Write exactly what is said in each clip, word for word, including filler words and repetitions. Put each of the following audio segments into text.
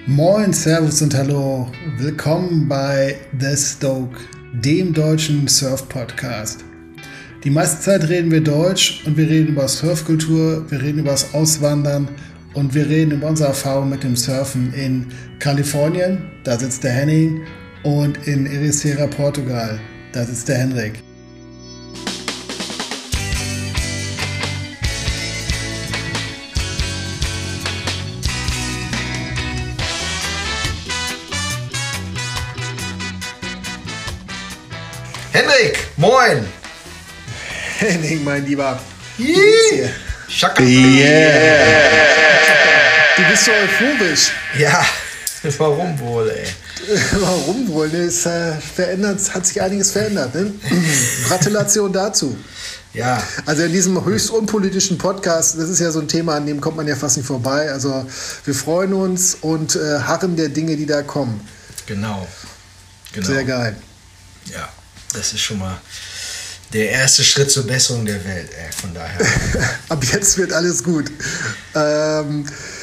Moin, Servus und Hallo. Willkommen bei The Stoke, dem deutschen Surf-Podcast. Die meiste Zeit reden wir Deutsch und wir reden über Surfkultur, wir reden über das Auswandern und wir reden über unsere Erfahrung mit dem Surfen in Kalifornien, da sitzt der Henning, und in Ericeira, Portugal, da sitzt der Henrik. Henrik, moin! Henning, mein Lieber. Wie geht's dir? Schaka. Yeah. Du bist so euphorisch. Ja, warum wohl, ey? Warum wohl? Es äh, verändert, hat sich einiges verändert. Ne? Gratulation dazu. Ja. Also in diesem höchst unpolitischen Podcast, das ist ja so ein Thema, an dem kommt man ja fast nicht vorbei. Also wir freuen uns und äh, harren der Dinge, die da kommen. Genau. genau. Sehr geil. Ja, das ist schon mal der erste Schritt zur Besserung der Welt. Ey, von daher. Ab jetzt wird alles gut. Ähm,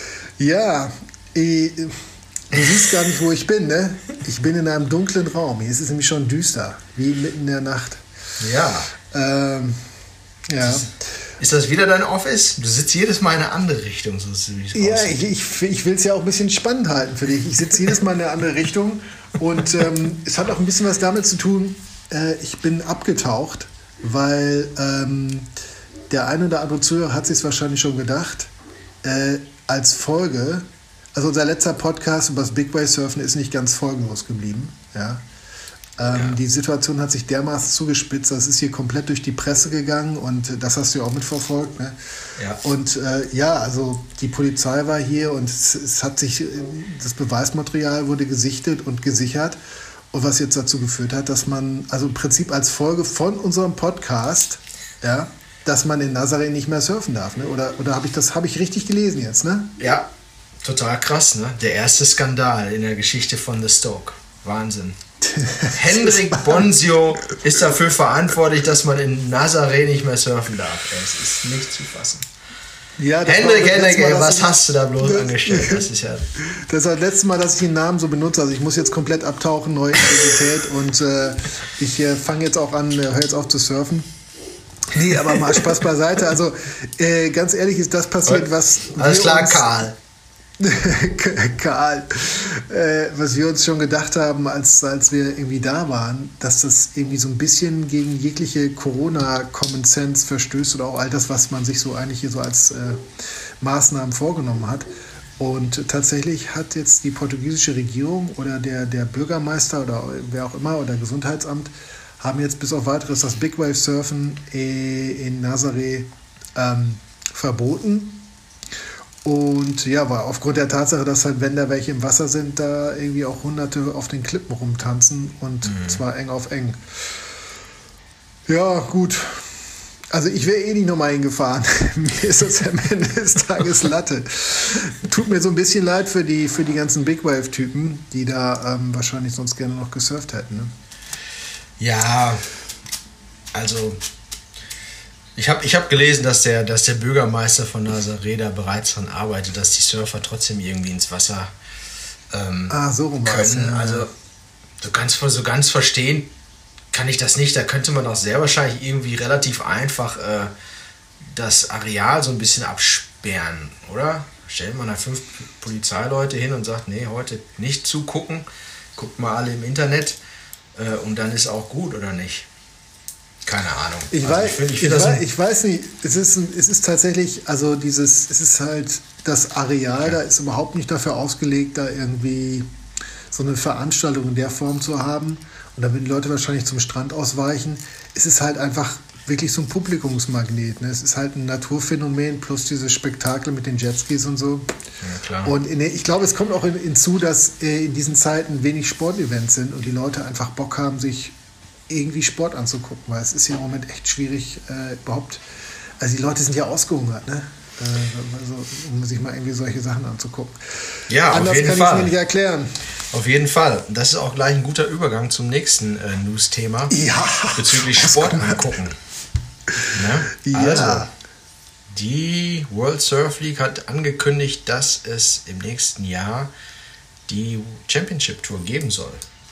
ja, ich, du siehst gar nicht, wo ich bin, ne? Ich bin in einem dunklen Raum. Hier ist es nämlich schon düster, wie mitten in der Nacht. Ja. Ähm, ja. Ist, ist das wieder dein Office? Du sitzt jedes Mal in eine andere Richtung, so wie es Ja, aussieht. ich, ich, ich will es ja auch ein bisschen spannend halten für dich. Ich sitze jedes Mal in eine andere Richtung und ähm, es hat auch ein bisschen was damit zu tun, äh, ich bin abgetaucht, weil ähm, der ein oder andere Zuhörer hat sich es wahrscheinlich schon gedacht, äh, als Folge, also unser letzter Podcast über das Big Wave Surfen ist nicht ganz folgenlos geblieben, ja. Ähm, Ja. Die Situation hat sich dermaßen zugespitzt, das ist hier komplett durch die Presse gegangen und das hast du ja auch mitverfolgt. Ne? Ja. Und äh, ja, also die Polizei war hier und es, es hat sich, das Beweismaterial wurde gesichtet und gesichert. Und was jetzt dazu geführt hat, dass man, also im Prinzip als Folge von unserem Podcast, ja, dass man in Nazaré nicht mehr surfen darf. Ne? Oder, oder habe ich das habe ich richtig gelesen jetzt, ne? Ja, total krass, ne? Der erste Skandal in der Geschichte von The Stoke. Wahnsinn. Hendrik Bonzio ist dafür verantwortlich, dass man in Nazaré nicht mehr surfen darf. Es ist nicht zu fassen. Ja, das Hendrik, war das Hendrik, letzte Mal, ey, dass was ich- hast du da bloß angestellt? Das ist ja... Das ist das letzte Mal, dass ich den Namen so benutze. Also ich muss jetzt komplett abtauchen, neue Identität. Und äh, ich äh, fange jetzt auch an, äh, höre jetzt auf zu surfen. Nee, aber mal Spaß beiseite. Also äh, ganz ehrlich ist das passiert, was Alles wir klar, uns, Karl. Karl, äh, was wir uns schon gedacht haben, als, als wir irgendwie da waren, dass das irgendwie so ein bisschen gegen jegliche Corona-Common Sense verstößt oder auch all das, was man sich so eigentlich hier so als äh, Maßnahmen vorgenommen hat. Und tatsächlich hat jetzt die portugiesische Regierung oder der, der Bürgermeister oder wer auch immer oder Gesundheitsamt haben jetzt bis auf weiteres das Big Wave Surfen äh, in Nazaré ähm, verboten. Und ja, war aufgrund der Tatsache, dass halt, wenn da welche im Wasser sind, da irgendwie auch Hunderte auf den Klippen rumtanzen und mhm. zwar eng auf eng. Ja, gut. Also ich wäre eh nicht nochmal hingefahren. Mir ist das am Ende des Tages Latte. Tut mir so ein bisschen leid für die, für die ganzen Big Wave-Typen, die da ähm, wahrscheinlich sonst gerne noch gesurft hätten. Ne? Ja, also... Ich habe ich hab gelesen, dass der, dass der Bürgermeister von Nazaré da bereits daran arbeitet, dass die Surfer trotzdem irgendwie ins Wasser ähm, ah, so rum war's, können. ja. Also so ganz, so ganz verstehen kann ich das nicht. Da könnte man auch sehr wahrscheinlich irgendwie relativ einfach äh, das Areal so ein bisschen absperren, oder? Stellt man da fünf Polizeileute hin und sagt, nee, heute nicht zugucken, guckt mal alle im Internet äh, und dann ist auch gut, oder nicht? Keine Ahnung. Ich, also weiß, ich, find, ich, ich, find das weiß, ich weiß nicht, es ist, es ist tatsächlich, also dieses, es ist halt das Areal, da ist überhaupt nicht dafür ausgelegt, da irgendwie so eine Veranstaltung in der Form zu haben. Und da würden die Leute wahrscheinlich zum Strand ausweichen. Es ist halt einfach wirklich so ein Publikumsmagnet. Ne? Es ist halt ein Naturphänomen plus dieses Spektakel mit den Jetskis und so. Ja, klar. Und in, ich glaube, es kommt auch in, hinzu, dass äh, in diesen Zeiten wenig Sportevents sind und die Leute einfach Bock haben, sich irgendwie Sport anzugucken, weil es ist ja im Moment echt schwierig, äh, überhaupt, also die Leute sind ja ausgehungert, ne? Äh, also, um sich mal irgendwie solche Sachen anzugucken. Ja, Anders auf jeden kann Fall. ich es mir nicht erklären. Auf jeden Fall. Das ist auch gleich ein guter Übergang zum nächsten äh, News-Thema Ja. bezüglich Sport angucken. Ne? Ja. Also, die World Surf League hat angekündigt, dass es im nächsten Jahr die Championship Tour geben soll.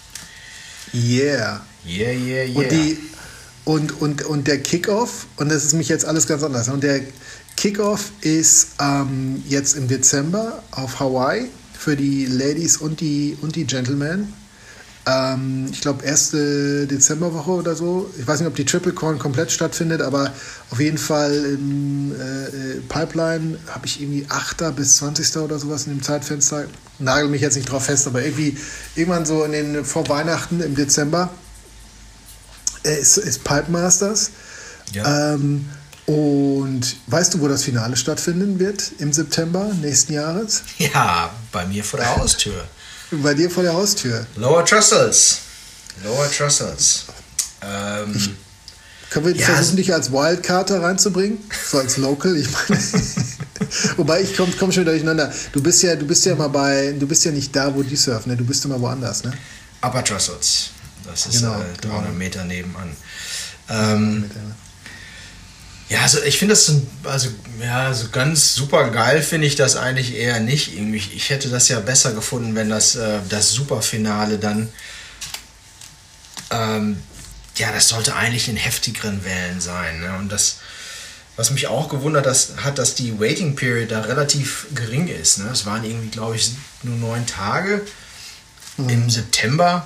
Yeah. Yeah, yeah, yeah. Und, die, und, und, und der Kickoff, und das ist mich jetzt alles ganz anders, und der Kickoff ist ähm, jetzt im Dezember auf Hawaii für die Ladies und die, und die Gentlemen. Ähm, ich glaube, erste Dezemberwoche oder so. Ich weiß nicht, ob die Triple Corn komplett stattfindet, aber auf jeden Fall im äh, Pipeline habe ich irgendwie achter bis zwanzigster oder sowas in dem Zeitfenster. Nagel mich jetzt nicht drauf fest, aber irgendwie irgendwann so in den vor Weihnachten im Dezember äh, ist, ist Pipe Masters. Ja. Ähm, und weißt du, wo das Finale stattfinden wird im September nächsten Jahres? Ja, bei mir vor der Haustür. Bei dir vor der Haustür. Lower Trussels. Lower Trussels. Ähm, ich, können wir ja, versuchen, dich als Wildcarder reinzubringen? So als Local, ich meine. Wobei, ich komme komm schon wieder durcheinander. Du bist ja, du bist ja mal bei, du bist ja nicht da, wo die surfen, ne? Du bist immer woanders, ne? Upper Trussels. Das ist genau, äh, dreihundert genau. Meter nebenan. Ähm, Ja, also ich finde das so, also, ja, so ganz super geil finde ich das eigentlich eher nicht. Irgendwie, ich hätte das ja besser gefunden, wenn das, äh, das Superfinale dann, ähm, ja, das sollte eigentlich in heftigeren Wellen sein. Ne? Und das, was mich auch gewundert das, hat, dass die Waiting Period da relativ gering ist. Ne? Es waren irgendwie, glaube ich, nur neun Tage mhm. im September.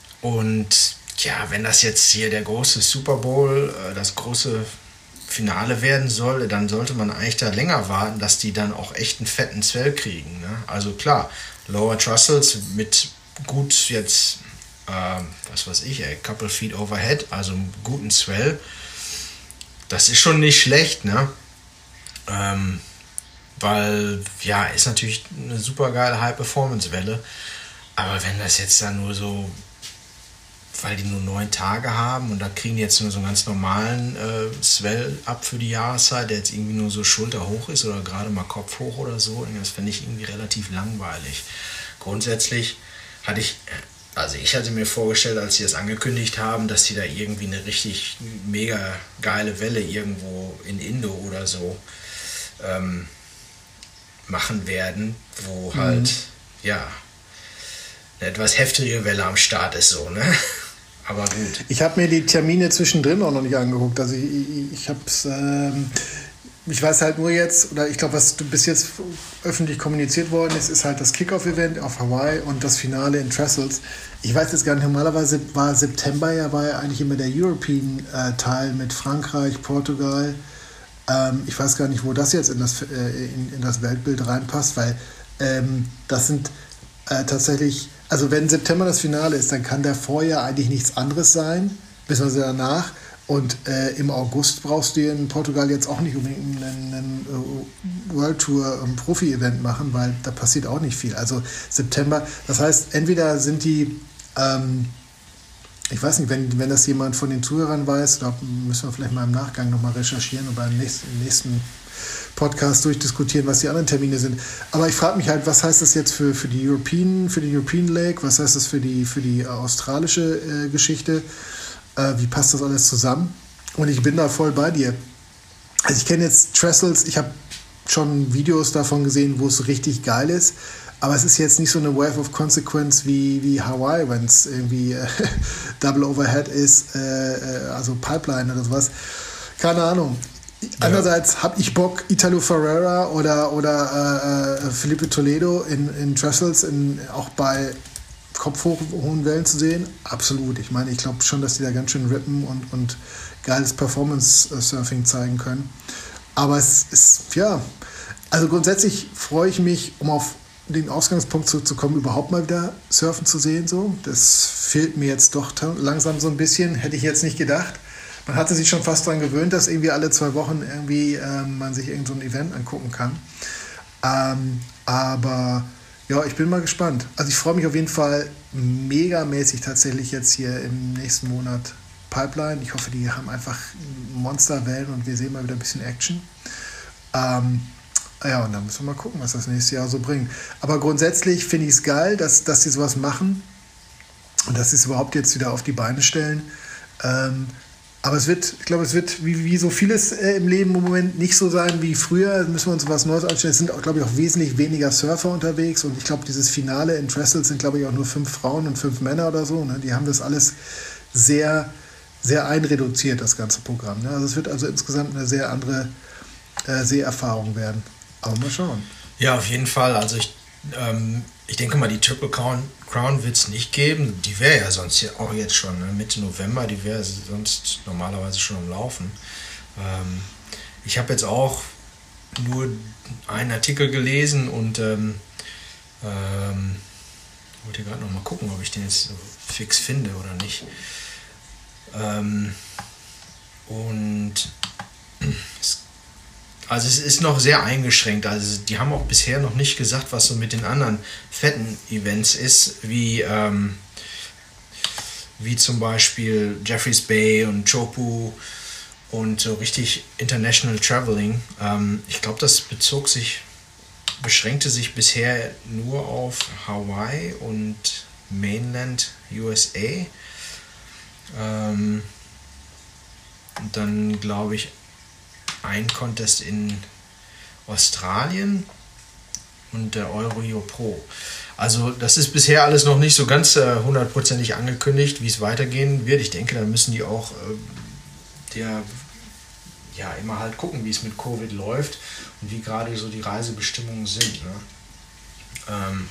Und ja, wenn das jetzt hier der große Super Bowl, äh, das große Finale werden soll, dann sollte man eigentlich da länger warten, dass die dann auch echt einen fetten Swell kriegen. Ne? Also klar, Lower Trussels mit gut jetzt, äh, was weiß ich, ey, couple feet overhead, also einen guten Swell, das ist schon nicht schlecht, ne? Ähm, weil, ja, ist natürlich eine super geile High-Performance-Welle, aber wenn das jetzt dann nur so, weil die nur neun Tage haben und da kriegen die jetzt nur so einen ganz normalen äh, Swell ab für die Jahreszeit, der jetzt irgendwie nur so schulterhoch ist oder gerade mal Kopf hoch oder so. Das finde ich irgendwie relativ langweilig. Grundsätzlich hatte ich, also ich hatte mir vorgestellt, als sie das angekündigt haben, dass sie da irgendwie eine richtig mega geile Welle irgendwo in Indo oder so ähm, machen werden, wo halt, mhm. ja, eine etwas heftige Welle am Start ist so, ne? Aber gut. Ich habe mir die Termine zwischendrin auch noch nicht angeguckt. Also ich, ich, ich habe es, ähm, ich weiß halt nur jetzt, oder ich glaube, was bis jetzt öffentlich kommuniziert worden ist, ist halt das Kickoff-Event auf Hawaii und das Finale in Trussels. Ich weiß jetzt gar nicht, normalerweise war September ja, war ja eigentlich immer der European-Teil äh, mit Frankreich, Portugal. Ähm, ich weiß gar nicht, wo das jetzt in das, äh, in, in das Weltbild reinpasst, weil ähm, das sind äh, tatsächlich... Also wenn September das Finale ist, dann kann der Vorjahr eigentlich nichts anderes sein, beziehungsweise danach. Und äh, im August brauchst du in Portugal jetzt auch nicht unbedingt einen, einen uh, World Tour um, Profi-Event machen, weil da passiert auch nicht viel. Also September, das heißt, entweder sind die, ähm, ich weiß nicht, wenn, wenn das jemand von den Zuhörern weiß, da müssen wir vielleicht mal im Nachgang nochmal recherchieren und beim nächsten, nächsten Podcast durchdiskutieren, was die anderen Termine sind. Aber ich frage mich halt, was heißt das jetzt für, für die European, für die European Lake, was heißt das für die, für die australische äh, Geschichte, äh, wie passt das alles zusammen? Und ich bin da voll bei dir. Also ich kenne jetzt Trussels, ich habe schon Videos davon gesehen, wo es richtig geil ist, aber es ist jetzt nicht so eine Wave of Consequence wie, wie Hawaii, wenn es irgendwie äh, Double Overhead ist, äh, also Pipeline oder sowas. Keine Ahnung. Andererseits habe ich Bock, Italo Ferreira oder, oder äh, Felipe Toledo in, in Trussels in, auch bei kopfhohen Wellen zu sehen. Absolut. Ich meine, ich glaube schon, dass die da ganz schön rippen und, und geiles Performance-Surfing zeigen können. Aber es ist, ja, also grundsätzlich freue ich mich, um auf den Ausgangspunkt zurückzukommen, überhaupt mal wieder surfen zu sehen. So. Das fehlt mir jetzt doch langsam so ein bisschen. Hätte ich jetzt nicht gedacht. Man hatte sich schon fast daran gewöhnt, dass irgendwie alle zwei Wochen irgendwie ähm, man sich irgend so ein Event angucken kann. Ähm, aber ja, ich bin mal gespannt. Also ich freue mich auf jeden Fall megamäßig tatsächlich jetzt hier im nächsten Monat Pipeline. Ich hoffe, die haben einfach Monsterwellen und wir sehen mal wieder ein bisschen Action. Ähm, ja, und dann müssen wir mal gucken, was das nächste Jahr so bringt. Aber grundsätzlich finde ich es geil, dass, dass die sowas machen und dass sie es überhaupt jetzt wieder auf die Beine stellen. Ähm, Aber es wird, ich glaube, es wird wie, wie so vieles äh, im Leben im Moment nicht so sein wie früher. Da müssen wir uns was Neues einstellen. Es sind, auch, glaube ich, auch wesentlich weniger Surfer unterwegs. Und ich glaube, dieses Finale in Trestles sind, glaube ich, auch nur fünf Frauen und fünf Männer oder so. Ne? Die haben das alles sehr, sehr einreduziert, das ganze Programm. Ne? Also es wird also insgesamt eine sehr andere äh, Seherfahrung werden. Aber mal schauen. Ja, auf jeden Fall. Also ich, ähm, ich denke mal, die Triple Crown, Crown wird es nicht geben. Die wäre ja sonst ja auch jetzt schon, ne? Mitte November, die wäre sonst normalerweise schon am Laufen. Ähm, ich habe jetzt auch nur einen Artikel gelesen und ähm, ähm, wollte gerade noch mal gucken, ob ich den jetzt so fix finde oder nicht. Ähm, und es Also es ist noch sehr eingeschränkt. Also die haben auch bisher noch nicht gesagt, was so mit den anderen fetten Events ist, wie, ähm, wie zum Beispiel Jeffreys Bay und Chopu und so richtig International Traveling. Ähm, ich glaube, das bezog sich, beschränkte sich bisher nur auf Hawaii und Mainland U S A. Ähm, und dann glaube ich ein Contest in Australien und der Euro Pro. Also das ist bisher alles noch nicht so ganz hundertprozentig äh, angekündigt, wie es weitergehen wird. Ich denke, da müssen die auch äh, der, ja, immer halt gucken, wie es mit Covid läuft und wie gerade so die Reisebestimmungen sind. Ne? Ähm,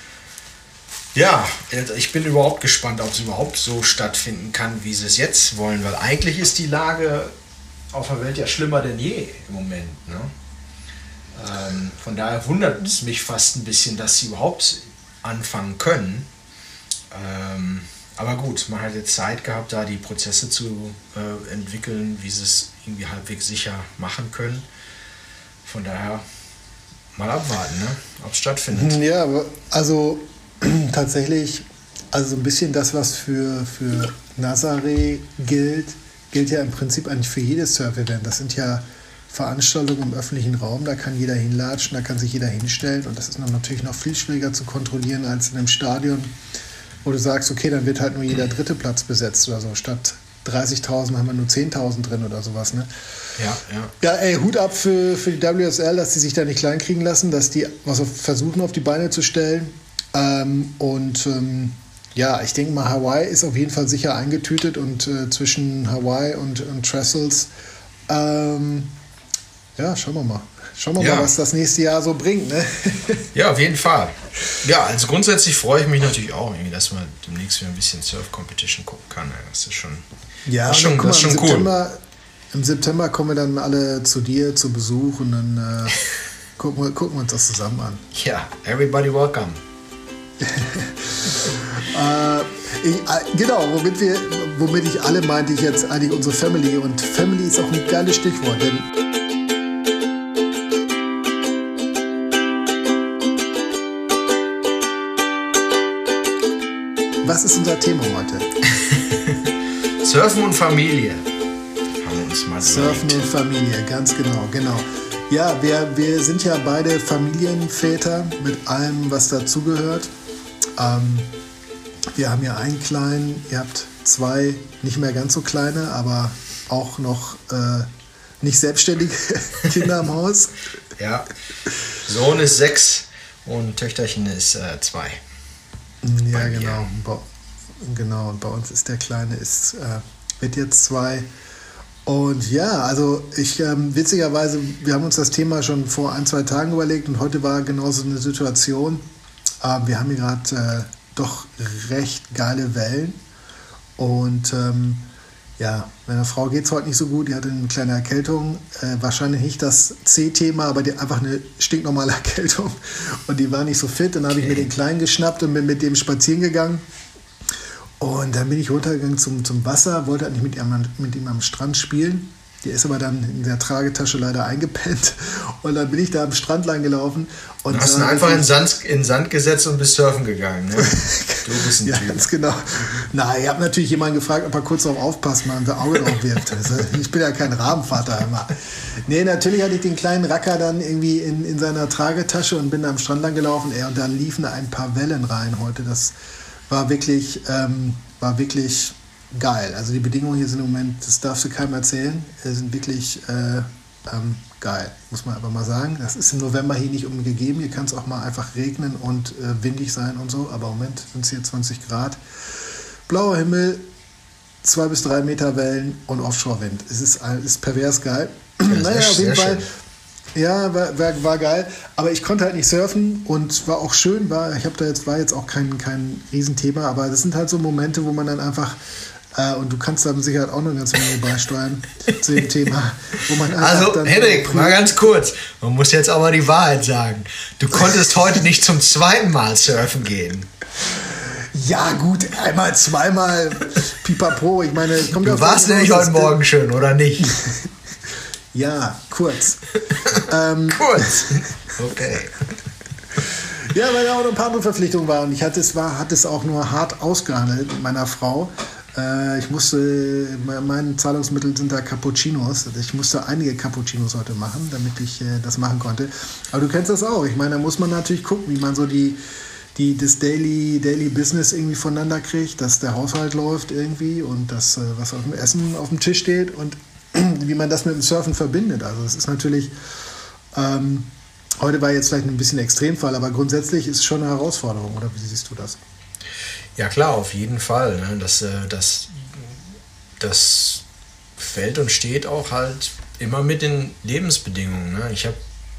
ja, ich bin überhaupt gespannt, ob es überhaupt so stattfinden kann, wie sie es jetzt wollen, weil eigentlich ist die Lage auf der Welt ja schlimmer denn je im Moment. Ne? Ähm, von daher wundert es mich fast ein bisschen, dass sie überhaupt anfangen können. Ähm, aber gut, man hat jetzt Zeit gehabt, da die Prozesse zu äh, entwickeln, wie sie es irgendwie halbwegs sicher machen können. Von daher mal abwarten, ne? Ob es stattfindet. Ja, also tatsächlich, also ein bisschen das, was für, für Nazaré gilt, gilt ja im Prinzip eigentlich für jedes Surf-Event. Das sind ja Veranstaltungen im öffentlichen Raum, da kann jeder hinlatschen, da kann sich jeder hinstellen und das ist dann natürlich noch viel schwieriger zu kontrollieren als in einem Stadion, wo du sagst, okay, dann wird halt nur jeder dritte Platz besetzt oder so. Statt dreißigtausend haben wir nur zehntausend drin oder sowas. Ne? Ja, ja. Ja, ey, Hut ab für, für die W S L, dass die sich da nicht kleinkriegen lassen, dass die was versuchen auf die Beine zu stellen. Ähm, und ähm, ja, ich denke mal, Hawaii ist auf jeden Fall sicher eingetütet und äh, zwischen Hawaii und, und Trestles, ähm, ja, schauen wir mal. Schauen wir ja. mal, was das nächste Jahr so bringt. Ne? Ja, auf jeden Fall. Ja, also grundsätzlich freue ich mich natürlich auch, irgendwie, dass man demnächst wieder ein bisschen Surf-Competition gucken kann. Das ist schon, ja, das ist schon, mal, das ist schon im cool. September, Im September kommen wir dann alle zu dir zu Besuch und dann äh, gucken, wir, gucken wir uns das zusammen an. Ja, everybody welcome. äh, ich, äh, genau, womit, wir, womit ich alle meinte, ich jetzt eigentlich unsere Family. Und Family ist auch ein geiles Stichwort, denn was ist unser Thema heute? Surfen und Familie. Haben wir uns mal Surfen und Familie, ganz genau, genau. Ja, wir, wir sind ja beide Familienväter mit allem, was dazugehört. Ähm, wir haben ja einen kleinen, ihr habt zwei, nicht mehr ganz so kleine, aber auch noch äh, nicht selbstständige Kinder im Haus. Ja, Sohn ist sechs und Töchterchen ist äh, zwei. Ja, genau. Bei, genau. Und bei uns ist der Kleine, ist, äh, wird jetzt zwei. Und ja, also ich, ähm, witzigerweise, wir haben uns das Thema schon vor ein, zwei Tagen überlegt und heute war genauso eine Situation. Äh, wir haben hier gerade äh, doch recht geile Wellen. Und ähm, ja, meiner Frau geht es heute nicht so gut, die hatte eine kleine Erkältung. Äh, wahrscheinlich nicht das C-Thema, aber die, einfach eine stinknormale Erkältung. Und die war nicht so fit. Dann habe okay. ich mir den Kleinen geschnappt und bin mit dem spazieren gegangen. Und dann bin ich runtergegangen zum, zum Wasser, wollte eigentlich mit ihm, mit ihm am Strand spielen. Der ist aber dann in der Tragetasche leider eingepennt. Und dann bin ich da am Strand lang gelaufen. Und du hast ihn einfach in Sand, in Sand gesetzt und bist surfen gegangen. Ne? Du bist ein ja, Typ. Ganz genau. Na, ich habe natürlich jemanden gefragt, ob er kurz darauf aufpasst, mal ein Auge drauf wirft. Also, ich bin ja kein Rabenvater immer. Nee, natürlich hatte ich den kleinen Racker dann irgendwie in, in seiner Tragetasche und bin da am Strand lang gelaufen. Ey, und da liefen ein paar Wellen rein heute. Das war wirklich, ähm, war wirklich geil. Also die Bedingungen hier sind im Moment, das darfst du keinem erzählen, äh, sind wirklich äh, ähm, geil, muss man aber mal sagen. Das ist im November hier nicht unbedingt gegeben. Hier kann es auch mal einfach regnen und äh, windig sein und so, aber im Moment sind es hier zwanzig Grad. Blauer Himmel, zwei bis drei Meter Wellen und Offshore-Wind. Es ist, ist pervers geil. Ja, naja, auf jeden Fall. Schön. Ja, war, war, war geil. Aber ich konnte halt nicht surfen und war auch schön. War, ich habe da jetzt, war jetzt auch kein, kein Riesenthema, aber das sind halt so Momente, wo man dann einfach, äh, und du kannst da mit Sicherheit auch noch eine ganze Menge beisteuern zu dem Thema, wo man einfach Also, dann Henrik, mal ganz kurz. Man muss jetzt aber die Wahrheit sagen. Du konntest heute nicht zum zweiten Mal surfen gehen. Ja, gut, einmal, zweimal, pipapo. Ich meine, kommt Du warst nämlich heute Morgen schön, oder nicht? Ja, kurz. ähm, kurz? Okay. Ja, weil da auch noch ein paar andere Verpflichtungen waren. Und ich hatte es, war, hatte es auch nur hart ausgehandelt mit meiner Frau. Äh, ich musste, mein Zahlungsmittel sind da Cappuccinos. Ich musste einige Cappuccinos heute machen, damit ich äh, das machen konnte. Aber du kennst das auch. Ich meine, da muss man natürlich gucken, wie man so die, die, das Daily, Daily Business irgendwie voneinander kriegt, dass der Haushalt läuft irgendwie und dass äh, was auf dem Essen auf dem Tisch steht und wie man das mit dem Surfen verbindet. Also es ist natürlich, ähm, heute war jetzt vielleicht ein bisschen Extremfall, aber grundsätzlich ist es schon eine Herausforderung, oder wie siehst du das? Ja klar, auf jeden Fall. Ne? Das, das, das fällt und steht auch halt immer mit den Lebensbedingungen. Ne? Ich habe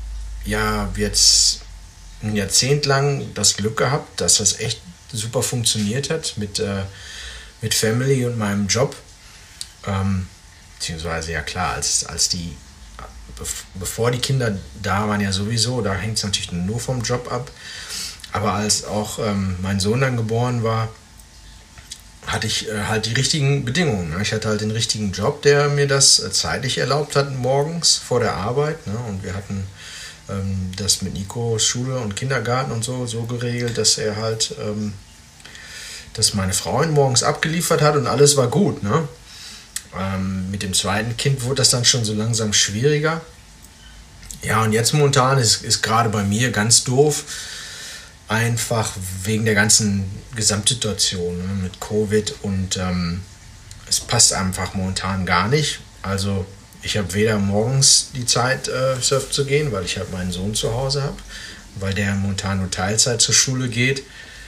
ja jetzt ein Jahrzehnt lang das Glück gehabt, dass das echt super funktioniert hat mit, äh, mit Family und meinem Job. Ähm, beziehungsweise ja klar, als, als die, bevor die Kinder da waren ja sowieso, da hängt es natürlich nur vom Job ab. Aber als auch ähm, mein Sohn dann geboren war, hatte ich äh, halt die richtigen Bedingungen. Ne? Ich hatte halt den richtigen Job, der mir das äh, zeitlich erlaubt hat, morgens vor der Arbeit. Ne? Und wir hatten ähm, das mit Nico Schule und Kindergarten und so, so geregelt, dass er halt, ähm, dass meine Frau ihn morgens abgeliefert hat und alles war gut. Ne? Ähm, mit dem zweiten Kind wurde das dann schon so langsam schwieriger. Ja, und jetzt momentan ist, ist gerade bei mir ganz doof, einfach wegen der ganzen Gesamtsituation, ne, mit Covid und ähm, es passt einfach momentan gar nicht. Also ich habe weder morgens die Zeit, äh, surfen zu gehen, weil ich halt meinen Sohn zu Hause habe, weil der momentan nur Teilzeit zur Schule geht.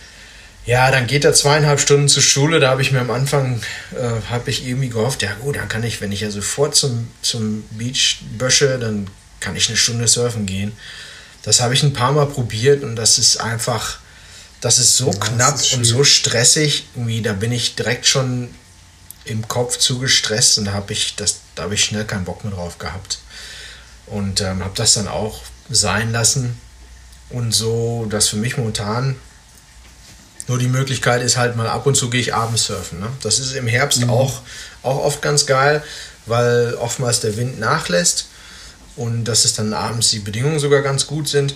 Ja, dann geht er zweieinhalb Stunden zur Schule. Da habe ich mir am Anfang, äh, habe ich irgendwie gehofft, ja gut, dann kann ich, wenn ich ja sofort zum, zum Beach bösche, dann kann ich eine Stunde surfen gehen. Das habe ich ein paar Mal probiert und das ist einfach, das ist so ja, knapp ist und so stressig. Irgendwie, da bin ich direkt schon im Kopf zu gestresst und da habe ich, das, da habe ich schnell keinen Bock mehr drauf gehabt. Und ähm, habe das dann auch sein lassen. Und so, dass für mich momentan nur die Möglichkeit ist, halt mal ab und zu gehe ich abends surfen. Ne? Das ist im Herbst mhm. auch, auch oft ganz geil, weil oftmals der Wind nachlässt und dass es dann abends die Bedingungen sogar ganz gut sind.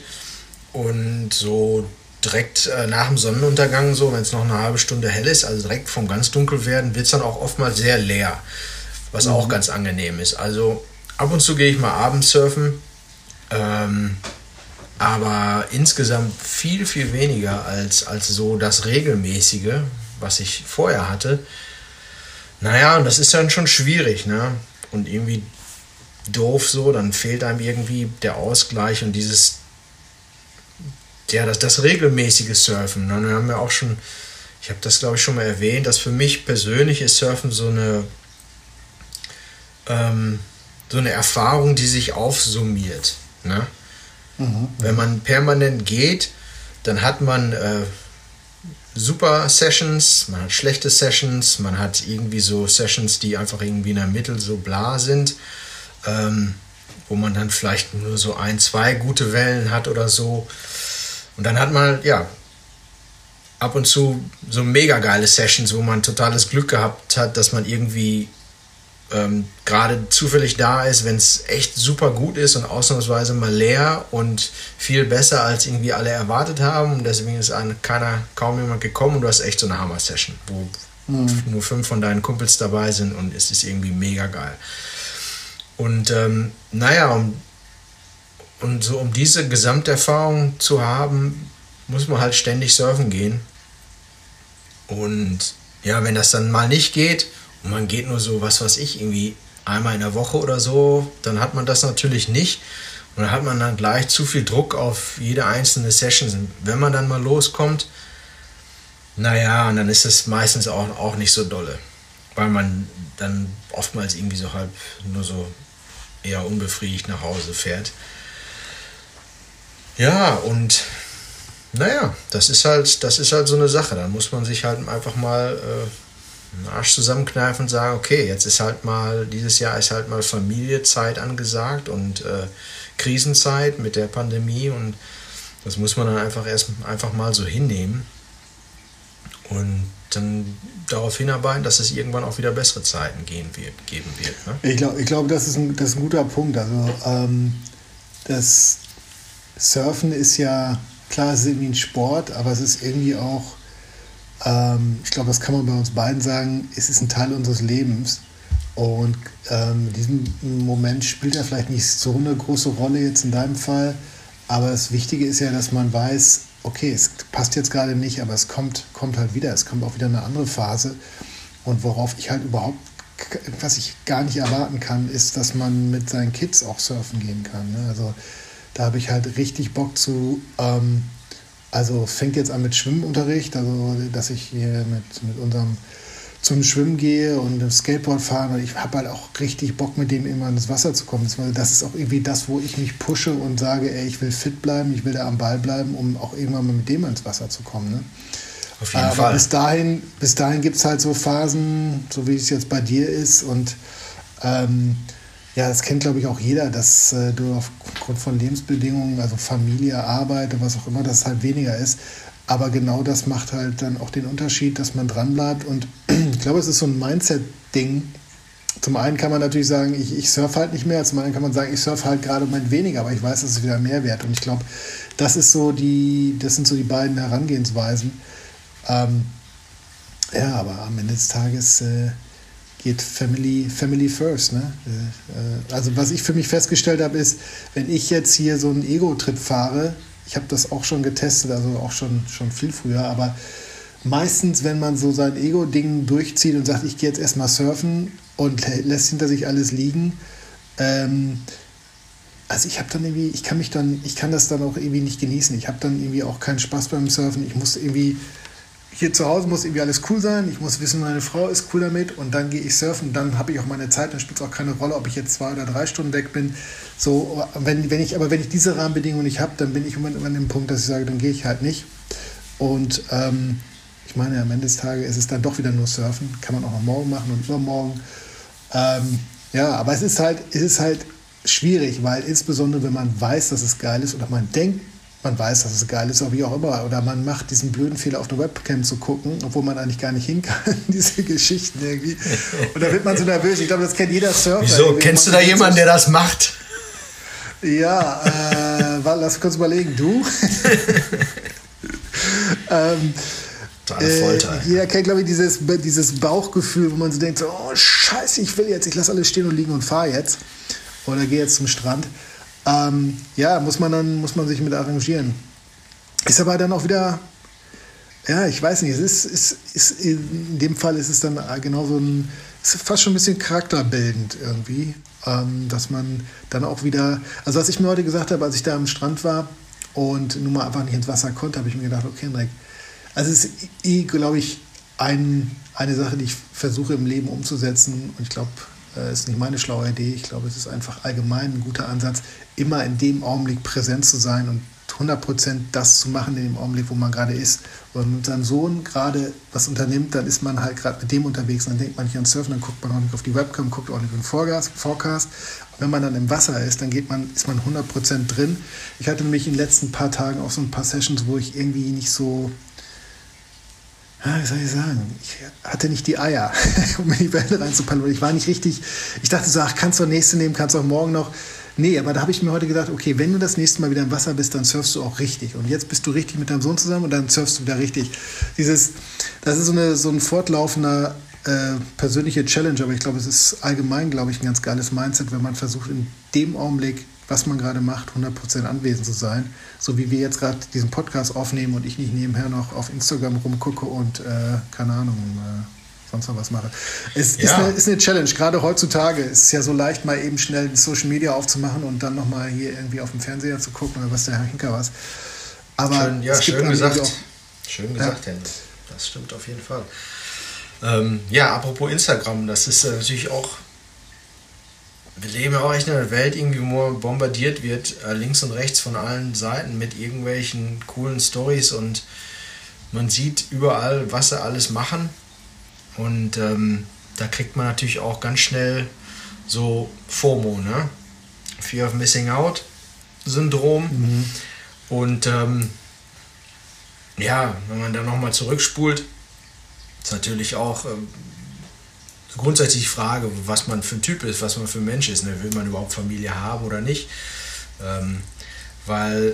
Und so direkt äh, nach dem Sonnenuntergang, so wenn es noch eine halbe Stunde hell ist, also direkt vom ganz dunkel werden, wird es dann auch oftmals sehr leer, was mhm. auch ganz angenehm ist. Also ab und zu gehe ich mal abends surfen, ähm, aber insgesamt viel, viel weniger als, als so das Regelmäßige, was ich vorher hatte. Naja, und das ist dann schon schwierig, ne? Und irgendwie doof so, dann fehlt einem irgendwie der Ausgleich und dieses, ja, das, das regelmäßige Surfen. Ne? Wir haben ja auch schon, ich habe das glaube ich schon mal erwähnt, dass für mich persönlich ist Surfen so eine, ähm, so eine Erfahrung, die sich aufsummiert, ne? Mhm. Wenn man permanent geht, dann hat man äh, super Sessions, man hat schlechte Sessions, man hat irgendwie so Sessions, die einfach irgendwie in der Mitte so bla sind, ähm, wo man dann vielleicht nur so ein, zwei gute Wellen hat oder so. Und dann hat man, ja, ab und zu so mega geile Sessions, wo man totales Glück gehabt hat, dass man irgendwie ähm, gerade zufällig da ist, wenn es echt super gut ist und ausnahmsweise mal leer und viel besser, als irgendwie alle erwartet haben. Und deswegen ist an keiner, kaum jemand gekommen und du hast echt so eine Hammer-Session, wo mhm. nur fünf von deinen Kumpels dabei sind und es ist irgendwie mega geil. Und ähm, naja, um, und so um diese Gesamterfahrung zu haben, muss man halt ständig surfen gehen. Und ja, wenn das dann mal nicht geht und man geht nur so, was weiß ich, irgendwie einmal in der Woche oder so, dann hat man das natürlich nicht. Und dann hat man dann gleich zu viel Druck auf jede einzelne Session. Und wenn man dann mal loskommt, naja, und dann ist es meistens auch, auch nicht so dolle. Weil man dann oftmals irgendwie so halb nur so eher unbefriedigt nach Hause fährt. Ja, und naja, das ist halt, das ist halt so eine Sache. Da muss man sich halt einfach mal äh, den Arsch zusammenkneifen und sagen, okay, jetzt ist halt mal, dieses Jahr ist halt mal Familiezeit angesagt und äh, Krisenzeit mit der Pandemie und das muss man dann einfach erst einfach mal so hinnehmen und dann darauf hinarbeiten, dass es irgendwann auch wieder bessere Zeiten gehen wird, geben wird. Ne? Ich glaube, ich glaub, das, ist ein, das ist ein guter Punkt. Also ähm, das Surfen ist ja, klar, es ist irgendwie ein Sport, aber es ist irgendwie auch, ähm, ich glaube, das kann man bei uns beiden sagen, es ist ein Teil unseres Lebens. Und ähm, in diesem Moment spielt er vielleicht nicht so eine große Rolle jetzt in deinem Fall, aber das Wichtige ist ja, dass man weiß, okay, es passt jetzt gerade nicht, aber es kommt, kommt halt wieder, es kommt auch wieder eine andere Phase. Und worauf ich halt überhaupt, was ich gar nicht erwarten kann, ist, dass man mit seinen Kids auch surfen gehen kann. Ne? Also da habe ich halt richtig Bock zu, ähm, also fängt jetzt an mit Schwimmunterricht, also dass ich hier mit, mit unserem zum Schwimmen gehe und im Skateboard fahren und ich habe halt auch richtig Bock, mit dem immer ins Wasser zu kommen. Das ist auch irgendwie das, wo ich mich pushe und sage, ey, ich will fit bleiben, ich will da am Ball bleiben, um auch irgendwann mal mit dem ins Wasser zu kommen. Ne? Auf jeden Aber Fall. bis dahin, bis dahin gibt es halt so Phasen, so wie es jetzt bei dir ist und ähm, ja, das kennt, glaube ich, auch jeder, dass äh, du aufgrund von Lebensbedingungen, also Familie, Arbeit, was auch immer, dass es halt weniger ist. Aber genau das macht halt dann auch den Unterschied, dass man dranbleibt. Und ich glaube, es ist so ein Mindset-Ding. Zum einen kann man natürlich sagen, ich, ich surfe halt nicht mehr. Zum anderen kann man sagen, ich surfe halt gerade im Moment weniger, aber ich weiß, das ist wieder Mehrwert. Und ich glaube, das ist so die, das sind so die beiden Herangehensweisen. Ähm, ja, aber am Ende des Tages äh, geht Family, Family first. Ne? Äh, also was ich für mich festgestellt habe, ist, wenn ich jetzt hier so einen Ego-Trip fahre, ich habe das auch schon getestet, also auch schon, schon viel früher, aber meistens, wenn man so sein Ego-Ding durchzieht und sagt, ich gehe jetzt erstmal surfen und lässt hinter sich alles liegen, ähm, also ich habe dann irgendwie, ich kann mich dann, ich kann das dann auch irgendwie nicht genießen. Ich habe dann irgendwie auch keinen Spaß beim Surfen. Ich muss irgendwie, hier zu Hause muss irgendwie alles cool sein. Ich muss wissen, meine Frau ist cool damit und dann gehe ich surfen. Dann habe ich auch meine Zeit. Dann spielt es auch keine Rolle, ob ich jetzt zwei oder drei Stunden weg bin. So, wenn, wenn ich, aber wenn ich diese Rahmenbedingungen nicht habe, dann bin ich immer an dem Punkt, dass ich sage, dann gehe ich halt nicht. Und ähm, ich meine, am Ende des Tages ist es dann doch wieder nur Surfen. Kann man auch noch morgen machen und übermorgen. Ähm, ja, aber es ist halt, es ist halt schwierig, weil insbesondere, wenn man weiß, dass es geil ist oder man denkt, man weiß, dass es geil ist, oder wie auch immer, oder man macht diesen blöden Fehler, auf eine Webcam zu gucken, obwohl man eigentlich gar nicht hin kann, diese Geschichten irgendwie. Und da wird man so nervös. Ich glaube, das kennt jeder Surfer. Wieso? Kennst du da jemanden, der das macht? Ja, äh, warte, lass kurz überlegen. Du? ähm, Äh, jeder kennt, glaube ich, dieses, dieses Bauchgefühl, wo man so denkt, so, oh scheiße, ich will jetzt, ich lasse alles stehen und liegen und fahre jetzt. Oder gehe jetzt zum Strand. Ähm, ja, muss man dann, muss man sich mit arrangieren. Ist aber dann auch wieder, ja, ich weiß nicht, es ist, ist, ist in dem Fall ist es dann genau so ein, ist fast schon ein bisschen charakterbildend irgendwie, ähm, dass man dann auch wieder, also was ich mir heute gesagt habe, als ich da am Strand war und nun mal einfach nicht ins Wasser konnte, habe ich mir gedacht, okay, Hendrik, also es ist, glaube ich, ein, eine Sache, die ich versuche im Leben umzusetzen. Und ich glaube, es ist nicht meine schlaue Idee. Ich glaube, es ist einfach allgemein ein guter Ansatz, immer in dem Augenblick präsent zu sein und hundert Prozent das zu machen in dem Augenblick, wo man gerade ist. Und wenn man mit seinem Sohn gerade was unternimmt, dann ist man halt gerade mit dem unterwegs. Und dann denkt man nicht an Surfen, dann guckt man auch nicht auf die Webcam, guckt auch nicht auf den Forecast. Forecast. Und wenn man dann im Wasser ist, dann geht man, ist man hundert Prozent drin. Ich hatte nämlich in den letzten paar Tagen auch so ein paar Sessions, wo ich irgendwie nicht so... Ja, wie soll ich sagen? Ich hatte nicht die Eier, um in die Welle reinzupaddeln. Ich war nicht richtig, ich dachte so, ach, kannst du auch nächste nehmen, kannst du auch morgen noch. Nee, aber da habe ich mir heute gedacht, okay, wenn du das nächste Mal wieder im Wasser bist, dann surfst du auch richtig. Und jetzt bist du richtig mit deinem Sohn zusammen und dann surfst du wieder richtig. Dieses, das ist so, eine, so ein fortlaufender äh, persönlicher Challenge, aber ich glaube, es ist allgemein, glaube ich, ein ganz geiles Mindset, wenn man versucht, in dem Augenblick was man gerade macht, hundert Prozent anwesend zu sein. So wie wir jetzt gerade diesen Podcast aufnehmen und ich nicht nebenher noch auf Instagram rumgucke und, äh, keine Ahnung, äh, sonst noch was mache. Es ja. ist, eine, ist eine Challenge. Gerade heutzutage ist es ja so leicht, mal eben schnell Social Media aufzumachen und dann nochmal hier irgendwie auf dem Fernseher zu gucken oder was der Herr Hinker was. Aber schön, ja, es gibt schön gesagt. Auch, schön gesagt, ja. Henry. Das stimmt auf jeden Fall. Ähm, ja, apropos Instagram, das ist äh, natürlich auch, wir leben ja auch echt in einer Welt, irgendwie, wo bombardiert wird, äh, links und rechts von allen Seiten mit irgendwelchen coolen Stories und man sieht überall, was sie alles machen und ähm, da kriegt man natürlich auch ganz schnell so FOMO, ne? Fear of Missing Out Syndrom. Mhm. Und ähm, ja, wenn man dann nochmal zurückspult, ist natürlich auch ähm, grundsätzlich die Frage, was man für ein Typ ist, was man für ein Mensch ist. Ne? Will man überhaupt Familie haben oder nicht? Ähm, weil,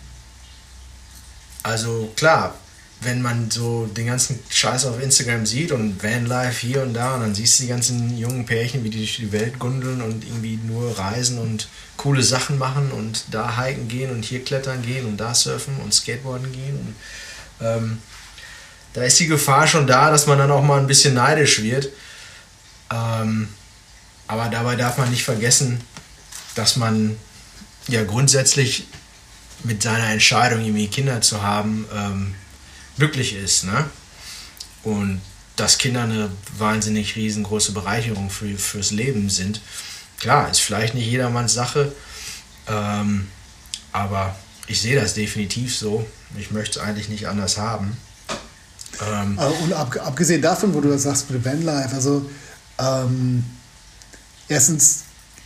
also klar, wenn man so den ganzen Scheiß auf Instagram sieht und Vanlife hier und da und dann siehst du die ganzen jungen Pärchen, wie die durch die Welt gundeln und irgendwie nur reisen und coole Sachen machen und da hiken gehen und hier klettern gehen und da surfen und Skateboarden gehen. Und, ähm, da ist die Gefahr schon da, dass man dann auch mal ein bisschen neidisch wird. Ähm, aber dabei darf man nicht vergessen, dass man ja grundsätzlich mit seiner Entscheidung, irgendwie Kinder zu haben, ähm, glücklich ist, ne? Und dass Kinder eine wahnsinnig riesengroße Bereicherung für, fürs Leben sind. Klar, ist vielleicht nicht jedermanns Sache, ähm, aber ich sehe das definitiv so. Ich möchte es eigentlich nicht anders haben. Ähm, Und ab, abgesehen davon, wo du das sagst mit dem Vanlife, also ähm, erstens,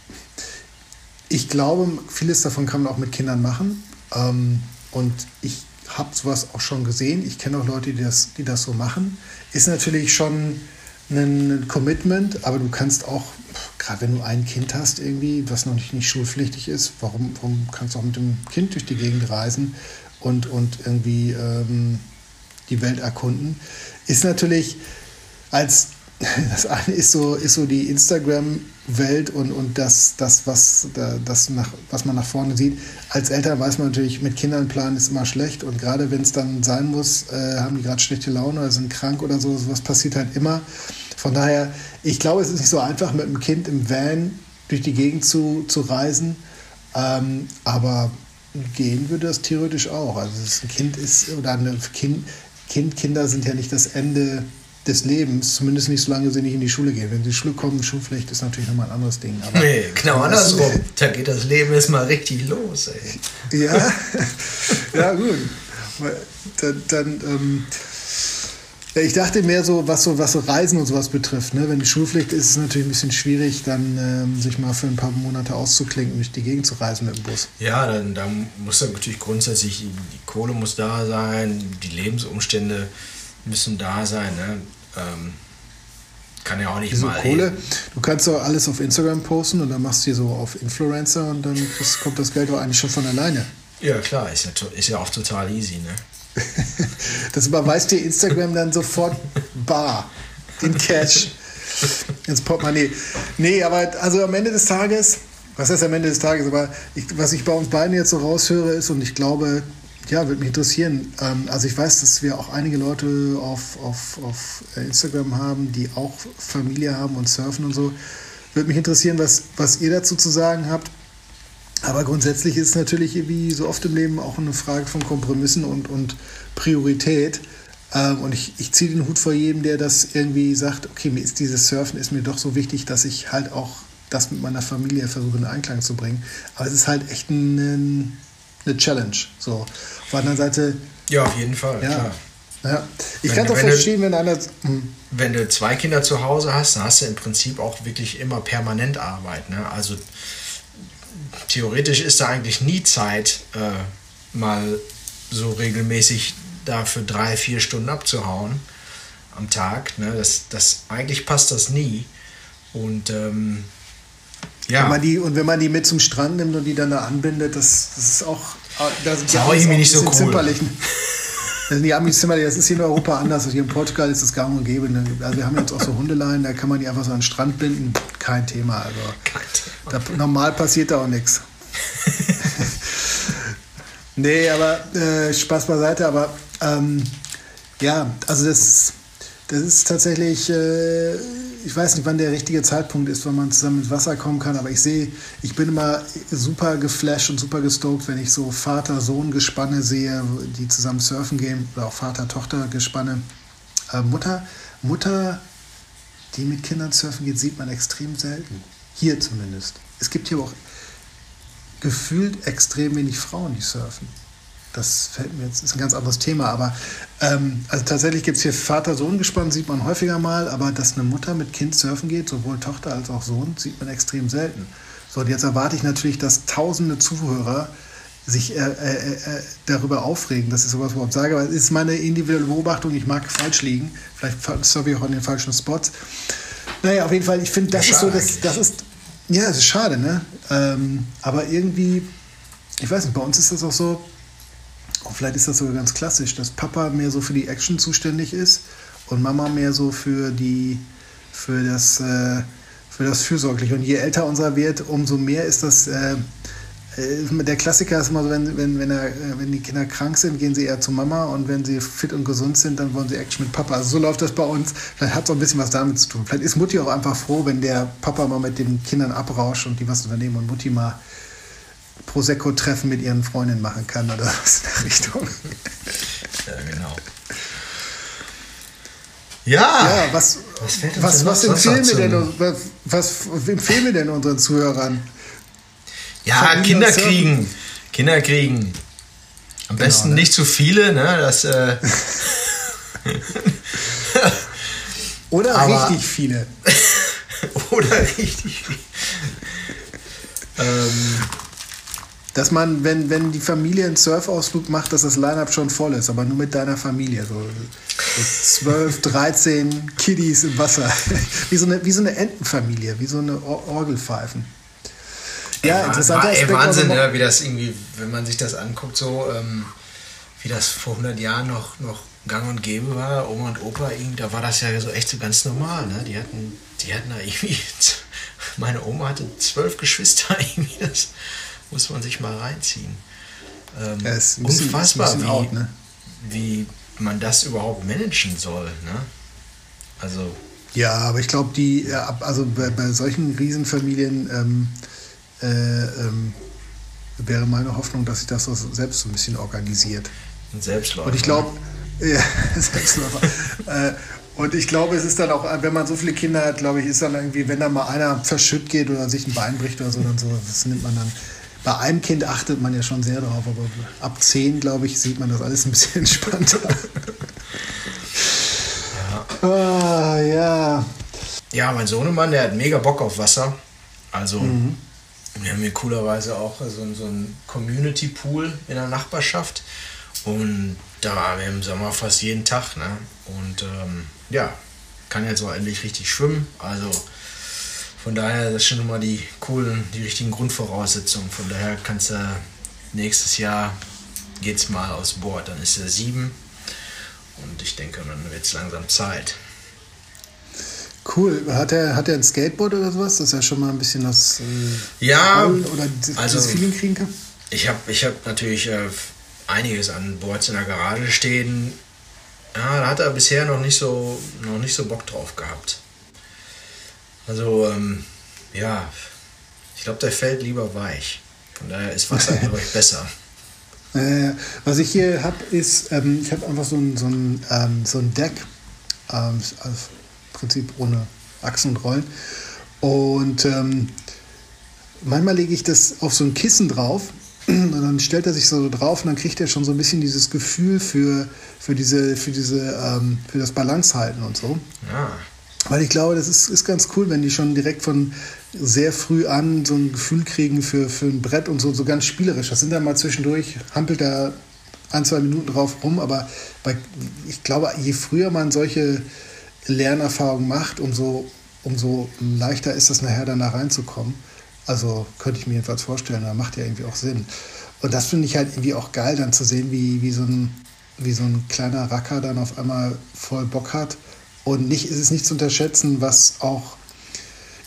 ich glaube, vieles davon kann man auch mit Kindern machen. Ähm, und ich habe sowas auch schon gesehen. Ich kenne auch Leute, die das, die das so machen. Ist natürlich schon ein Commitment, aber du kannst auch, gerade wenn du ein Kind hast irgendwie, was noch nicht, nicht schulpflichtig ist, warum, warum kannst du auch mit dem Kind durch die Gegend reisen und, und irgendwie ähm, die Welt erkunden? Ist natürlich als das eine ist so, ist so die Instagram-Welt und, und das, das, was, das nach, was man nach vorne sieht. Als Eltern weiß man natürlich, mit Kindern planen ist immer schlecht und gerade wenn es dann sein muss, äh, haben die gerade schlechte Laune oder sind krank oder so, sowas passiert halt immer. Von daher, ich glaube, es ist nicht so einfach, mit einem Kind im Van durch die Gegend zu, zu reisen, ähm, aber gehen würde das theoretisch auch. Also das ein Kind ist, oder ein Kind, kind, Kinder sind ja nicht das Ende des Lebens, zumindest nicht, solange sie nicht in die Schule gehen. Wenn sie in die Schule kommen, Schulpflicht ist natürlich nochmal ein anderes Ding. Aber nee, genau andersrum. Da geht das Leben erstmal richtig los, ey. Ja, ja gut. Dann, dann ähm, ja, ich dachte mehr so, was so, was so Reisen und sowas betrifft. Ne? Wenn die Schulpflicht ist, ist es natürlich ein bisschen schwierig, dann ähm, sich mal für ein paar Monate auszuklinken und durch die Gegend zu reisen mit dem Bus. Ja, dann, dann muss dann natürlich grundsätzlich, die Kohle muss da sein, die Lebensumstände müssen da sein, ne? Ähm, kann ja auch nicht Wieso mal. Kohle? Du kannst doch alles auf Instagram posten und dann machst du die so auf Influencer und dann das, kommt das Geld doch eigentlich schon von alleine. Ja klar, ist ja, ist ja auch total easy, ne? Das überweist dir Instagram dann sofort bar, in Cash, ins Portemonnaie. Nee, aber also am Ende des Tages, was heißt am Ende des Tages, aber ich, was ich bei uns beiden jetzt so raushöre ist, und ich glaube, ja, würde mich interessieren. Ähm, also ich weiß, dass wir auch einige Leute auf, auf, auf Instagram haben, die auch Familie haben und surfen und so. Würde mich interessieren, was, was ihr dazu zu sagen habt. Aber grundsätzlich ist es natürlich wie so oft im Leben auch eine Frage von Kompromissen und, und Priorität. Ähm, und ich, ich ziehe den Hut vor jedem, der das irgendwie sagt, okay, mir ist dieses Surfen ist mir doch so wichtig, dass ich halt auch das mit meiner Familie versuche in Einklang zu bringen. Aber es ist halt echt ein, eine Challenge. So. Auf der anderen Seite... Ja, auf jeden Fall, ja, klar. Ja. Ich wenn, kann doch wenn verstehen, du, wenn einer... Mh. Wenn du zwei Kinder zu Hause hast, dann hast du im Prinzip auch wirklich immer permanent Arbeit. Ne? Also theoretisch ist da eigentlich nie Zeit, äh, mal so regelmäßig dafür drei, vier Stunden abzuhauen am Tag. Ne? Das, das, eigentlich passt das nie. Und ähm, ja. Wenn man die, und wenn man die mit zum Strand nimmt und die dann da anbindet, das, das ist auch... Da sind das ist auch irgendwie nicht so cool. Das sind die Amis zimmerlich, das ist hier in Europa anders. Hier in Portugal ist das gang und gäbe. Also wir haben jetzt auch so Hundeleien, da kann man die einfach so an den Strand binden. Kein Thema. Also Kein Thema. Da, normal passiert da auch nichts. Nee, aber äh, Spaß beiseite, aber ähm, ja, also das, das ist tatsächlich, äh, ich weiß nicht, wann der richtige Zeitpunkt ist, wann man zusammen ins Wasser kommen kann, aber ich sehe, ich bin immer super geflasht und super gestoked, wenn ich so Vater-Sohn-Gespanne sehe, die zusammen surfen gehen, oder auch Vater-Tochter-Gespanne. Äh, Mutter, Mutter, die mit Kindern surfen geht, sieht man extrem selten. Hier zumindest. Es gibt hier auch gefühlt extrem wenig Frauen, die surfen. Das fällt mir jetzt, ist ein ganz anderes Thema, aber ähm, also tatsächlich gibt es hier Vater-Sohn-Gespann, sieht man häufiger mal, aber dass eine Mutter mit Kind surfen geht, sowohl Tochter als auch Sohn, sieht man extrem selten. So, und jetzt erwarte ich natürlich, dass tausende Zuhörer sich äh, äh, äh, darüber aufregen, dass ich sowas überhaupt sage, aber es ist meine individuelle Beobachtung, ich mag falsch liegen, vielleicht surfe ich auch an den falschen Spots. Naja, auf jeden Fall, ich finde, das ja, ist so, das, das ist, ja, es ist schade, ne? Ähm, aber irgendwie, ich weiß nicht, bei uns ist das auch so, auch vielleicht ist das sogar ganz klassisch, dass Papa mehr so für die Action zuständig ist und Mama mehr so für die, für das, äh, für das Fürsorgliche. Und je älter unser wird, umso mehr ist das, äh, der Klassiker ist immer so, wenn, wenn, wenn, er, wenn die Kinder krank sind, gehen sie eher zu Mama und wenn sie fit und gesund sind, dann wollen sie Action mit Papa. Also so läuft das bei uns. Vielleicht hat es auch ein bisschen was damit zu tun. Vielleicht ist Mutti auch einfach froh, wenn der Papa mal mit den Kindern abrauscht und die was unternehmen und Mutti mal Prosecco-Treffen mit ihren Freundinnen machen kann oder was in der Richtung. Ja, genau. Ja, ja was, was, was, was, empfehlen wir denn, was, was empfehlen wir denn unseren Zuhörern? Ja, Kinder kriegen. Kinder kriegen. Am genau, besten ne? nicht zu viele, ne? Das, äh Oder aber richtig viele. Oder richtig viele. ähm Dass man, wenn, wenn die Familie einen Surfausflug macht, dass das Line-Up schon voll ist, aber nur mit deiner Familie. So, so zwölf, dreizehn Kiddies im Wasser. Wie so eine, wie so eine Entenfamilie, wie so eine Or- Orgelpfeifen. Ja, interessanter Aspekt. Ey, Wahnsinn, ja, wie das irgendwie, wenn man sich das anguckt, so ähm, wie das vor hundert Jahren noch, noch gang und gäbe war, Oma und Opa, da war das ja so echt so ganz normal. Ne? Die hatten, die hatten da irgendwie, meine Oma hatte zwölf Geschwister, irgendwie, das muss man sich mal reinziehen. Ähm, ja, ist ein bisschen, unfassbar, ein wie, out, ne? wie man das überhaupt managen soll. Ne? Also. Ja, aber ich glaube, die, also bei, bei solchen Riesenfamilien ähm, äh, ähm, wäre meine Hoffnung, dass sich das so selbst so ein bisschen organisiert. Ein Selbstläufer. Und ich glaube, ja, Selbstläufer. äh, und ich glaube, es ist dann auch, wenn man so viele Kinder hat, glaube ich, ist dann irgendwie, wenn da mal einer verschütt geht oder sich ein Bein bricht oder so, dann so, das nimmt man dann. Bei einem Kind achtet man ja schon sehr drauf, aber ab zehn, glaube ich, sieht man das alles ein bisschen entspannter. Ja. Ah, ja. Ja, mein Sohnemann, der hat mega Bock auf Wasser. Also, mhm. wir haben hier coolerweise auch so, so einen Community-Pool in der Nachbarschaft. Und da waren wir im Sommer fast jeden Tag. Ne? Und ähm, ja, kann jetzt auch endlich richtig schwimmen. Also, von daher, das ist schon mal die coolen, die richtigen Grundvoraussetzungen. Von daher kannst du nächstes Jahr geht's mal aus Bord. Dann ist er sieben. Und ich denke, dann wird es langsam Zeit. Cool. Hat er, hat er ein Skateboard oder sowas, dass er schon mal ein bisschen das äh, ja, oder das, also, das Feeling kriegen kann? Ich habe ich hab natürlich äh, einiges an Boards in der Garage stehen. Ja, da hat er bisher noch nicht so, noch nicht so Bock drauf gehabt. Also, ähm, ja, ich glaube, der fällt lieber weich. Von daher ist Wasser, glaube ich, besser. Äh, was ich hier habe, ist, ähm, ich habe einfach so ein, so ein, ähm, so ein Deck, ähm, also im Prinzip ohne Achsen und Rollen. Und ähm, manchmal lege ich das auf so ein Kissen drauf und dann stellt er sich so drauf und dann kriegt er schon so ein bisschen dieses Gefühl für, für, diese, für, diese, ähm, für das Balancehalten und so. Ja. Weil ich glaube, das ist, ist ganz cool, wenn die schon direkt von sehr früh an so ein Gefühl kriegen für, für ein Brett und so, so ganz spielerisch. Das sind dann mal zwischendurch, hampelt da ein, zwei Minuten drauf rum, aber bei, ich glaube, je früher man solche Lernerfahrungen macht, umso, umso leichter ist es nachher dann da reinzukommen. Also könnte ich mir jedenfalls vorstellen, da macht ja irgendwie auch Sinn. Und das finde ich halt irgendwie auch geil, dann zu sehen, wie, wie, so ein, wie so ein kleiner Racker dann auf einmal voll Bock hat. Und nicht, ist es nicht zu unterschätzen, was auch,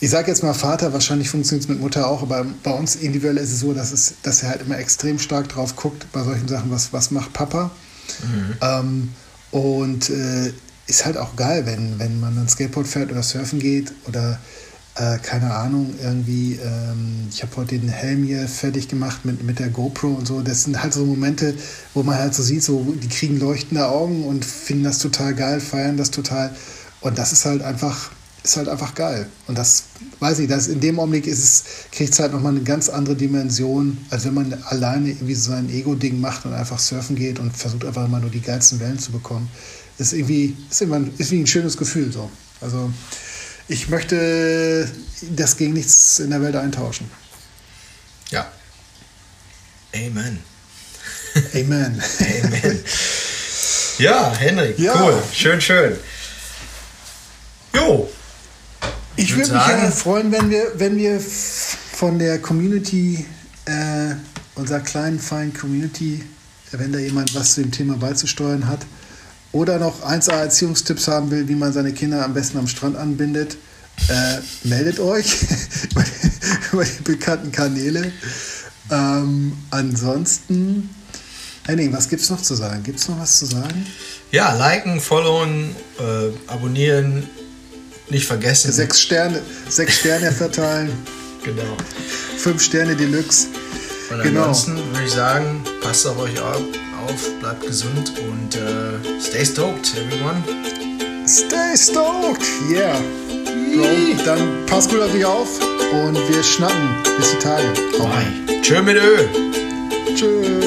ich sage jetzt mal Vater, wahrscheinlich funktioniert es mit Mutter auch, aber bei uns individuell ist es so, dass, es, dass er halt immer extrem stark drauf guckt, bei solchen Sachen, was, was macht Papa. Mhm. Ähm, und äh, ist halt auch geil, wenn, wenn man dann Skateboard fährt oder surfen geht oder äh, keine Ahnung, irgendwie, ähm, ich habe heute den Helm hier fertig gemacht mit, mit der GoPro und so. Das sind halt so Momente, wo man halt so sieht, so, die kriegen leuchtende Augen und finden das total geil, feiern das total. Und das ist halt einfach, ist halt einfach geil. Und das, weiß ich, das in dem Augenblick ist es, kriegt es halt nochmal eine ganz andere Dimension, als wenn man alleine irgendwie so ein Ego-Ding macht und einfach surfen geht und versucht einfach mal nur die geilsten Wellen zu bekommen. Das ist irgendwie, ist immer, ist wie ein schönes Gefühl so. Also ich möchte das gegen nichts in der Welt eintauschen. Ja. Amen. Amen. Amen. Ja, Henrik, ja. Cool. Schön, schön. Jo. Ich, ich würde mich ja freuen, wenn wir, wenn wir von der Community, äh, unserer kleinen, feinen Community, wenn da jemand was zu dem Thema beizusteuern hat, oder noch eins A Erziehungstipps haben will, wie man seine Kinder am besten am Strand anbindet, äh, meldet euch über, die, über die bekannten Kanäle. Ähm, ansonsten, Henning, was gibt's noch zu sagen? Gibt's noch was zu sagen? Ja, liken, followen, äh, abonnieren, nicht vergessen. Sechs Sterne, sechs Sterne verteilen. Genau. Fünf Sterne Deluxe. Und ansonsten genau. würde ich sagen, passt auf euch auf. Auf, bleibt gesund und uh, stay stoked, everyone. Stay stoked, yeah. Bro, dann pass gut auf dich auf und wir schnacken bis die Tage. Bye. Tschö mit Ö. Tschö.